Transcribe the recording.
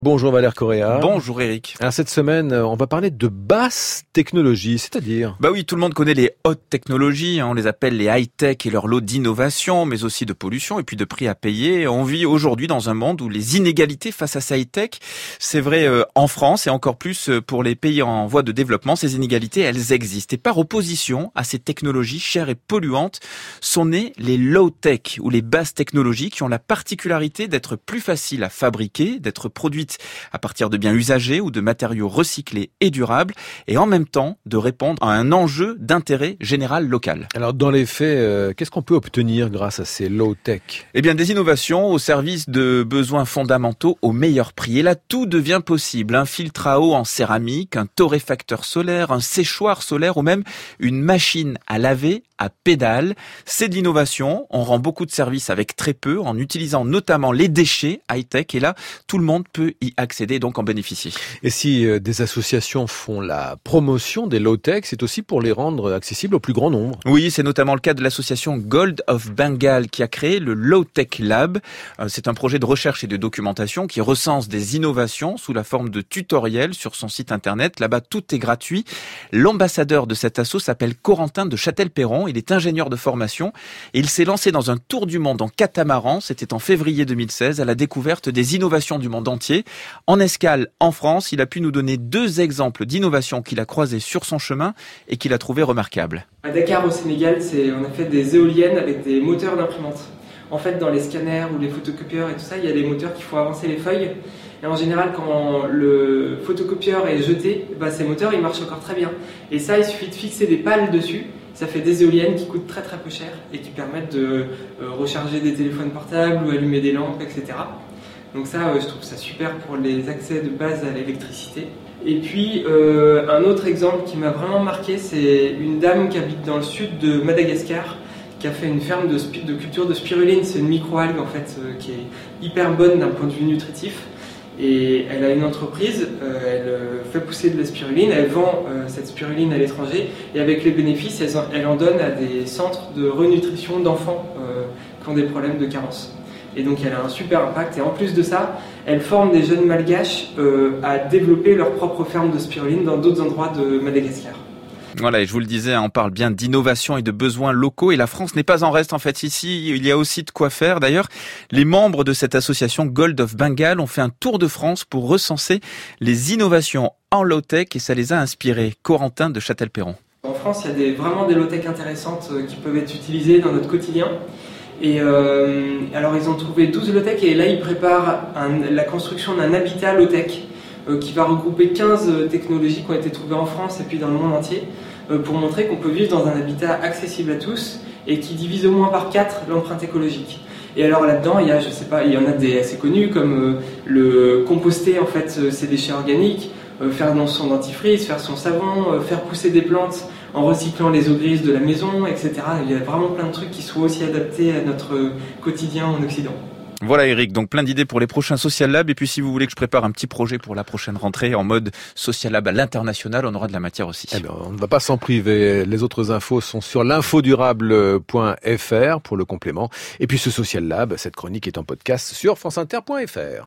Bonjour Valère Correa. Bonjour Eric. Alors cette semaine, on va parler de basse technologie, c'est-à-dire... Bah oui, tout le monde connaît les hautes technologies, on les appelle les high-tech et leur lot d'innovation, mais aussi de pollution et puis de prix à payer. On vit aujourd'hui dans un monde où les inégalités face à ces high-tech, c'est vrai en France et encore plus pour les pays en voie de développement, ces inégalités, elles existent. Et par opposition à ces technologies chères et polluantes, sont nées les low-tech ou les basses technologies qui ont la particularité d'être plus faciles à fabriquer, d'être produites à partir de biens usagés ou de matériaux recyclés et durables, et en même temps de répondre à un enjeu d'intérêt général local. Alors dans les faits, qu'est-ce qu'on peut obtenir grâce à ces low-tech ? Eh bien des innovations au service de besoins fondamentaux au meilleur prix. Et là tout devient possible. Un filtre à eau en céramique, un torréfacteur solaire, un séchoir solaire ou même une machine à laver à pédale. C'est de l'innovation. On rend beaucoup de services avec très peu en utilisant notamment les déchets high-tech. Et là, tout le monde peut y accéder, donc en bénéficier. Et si des associations font la promotion des low-tech, c'est aussi pour les rendre accessibles au plus grand nombre. Oui, c'est notamment le cas de l'association Gold of Bengal qui a créé le Low-Tech Lab. C'est un projet de recherche et de documentation qui recense des innovations sous la forme de tutoriels sur son site internet. Là-bas, tout est gratuit. L'ambassadeur de cet asso s'appelle Corentin de Châtel-Perron. Il est ingénieur de formation et il s'est lancé dans un tour du monde en catamaran. C'était en février 2016 à la découverte des innovations du monde entier. En escale en France, il a pu nous donner 2 exemples d'innovations qu'il a croisées sur son chemin et qu'il a trouvées remarquables. À Dakar, au Sénégal, on a fait des éoliennes avec des moteurs d'imprimante. En fait, dans les scanners ou les photocopieurs et tout ça, il y a des moteurs qui font avancer les feuilles. Et en général, quand le photocopieur est jeté, ces moteurs, ils marchent encore très bien. Et ça, il suffit de fixer des pales dessus. Ça fait des éoliennes qui coûtent très très peu cher et qui permettent de recharger des téléphones portables ou allumer des lampes, etc. Donc ça, je trouve ça super pour les accès de base à l'électricité. Et puis, un autre exemple qui m'a vraiment marqué, c'est une dame qui habite dans le sud de Madagascar, qui a fait une ferme de culture de spiruline. C'est une microalgue en fait, qui est hyper bonne d'un point de vue nutritif. Et elle a une entreprise, elle fait pousser de la spiruline, elle vend cette spiruline à l'étranger, et avec les bénéfices, elle en donne à des centres de renutrition d'enfants qui ont des problèmes de carence. Et donc elle a un super impact, et en plus de ça, elle forme des jeunes malgaches à développer leur propre ferme de spiruline dans d'autres endroits de Madagascar. Voilà, et je vous le disais, on parle bien d'innovation et de besoins locaux, et la France n'est pas en reste en fait. Ici, il y a aussi de quoi faire. D'ailleurs, les membres de cette association Gold of Bengal ont fait un tour de France pour recenser les innovations en low-tech, et ça les a inspirés. Corentin de Châtel-Perron. En France, il y a vraiment des low-tech intéressantes qui peuvent être utilisées dans notre quotidien. Et alors ils ont trouvé 12 low-tech, et là ils préparent la construction d'un habitat low-tech qui va regrouper 15 technologies qui ont été trouvées en France et puis dans le monde entier pour montrer qu'on peut vivre dans un habitat accessible à tous et qui divise au moins par 4 l'empreinte écologique. Et alors là-dedans, il y en a des assez connus comme le composter en fait ses déchets organiques, faire son dentifrice, faire son savon, faire pousser des plantes en recyclant les eaux grises de la maison, etc. Il y a vraiment plein de trucs qui sont aussi adaptés à notre quotidien en Occident. Voilà Eric, donc plein d'idées pour les prochains Social Lab. Et puis si vous voulez que je prépare un petit projet pour la prochaine rentrée en mode Social Lab à l'international, on aura de la matière aussi. Eh bien, on ne va pas s'en priver. Les autres infos sont sur l'infodurable.fr pour le complément. Et puis ce Social Lab, cette chronique est en podcast sur franceinter.fr.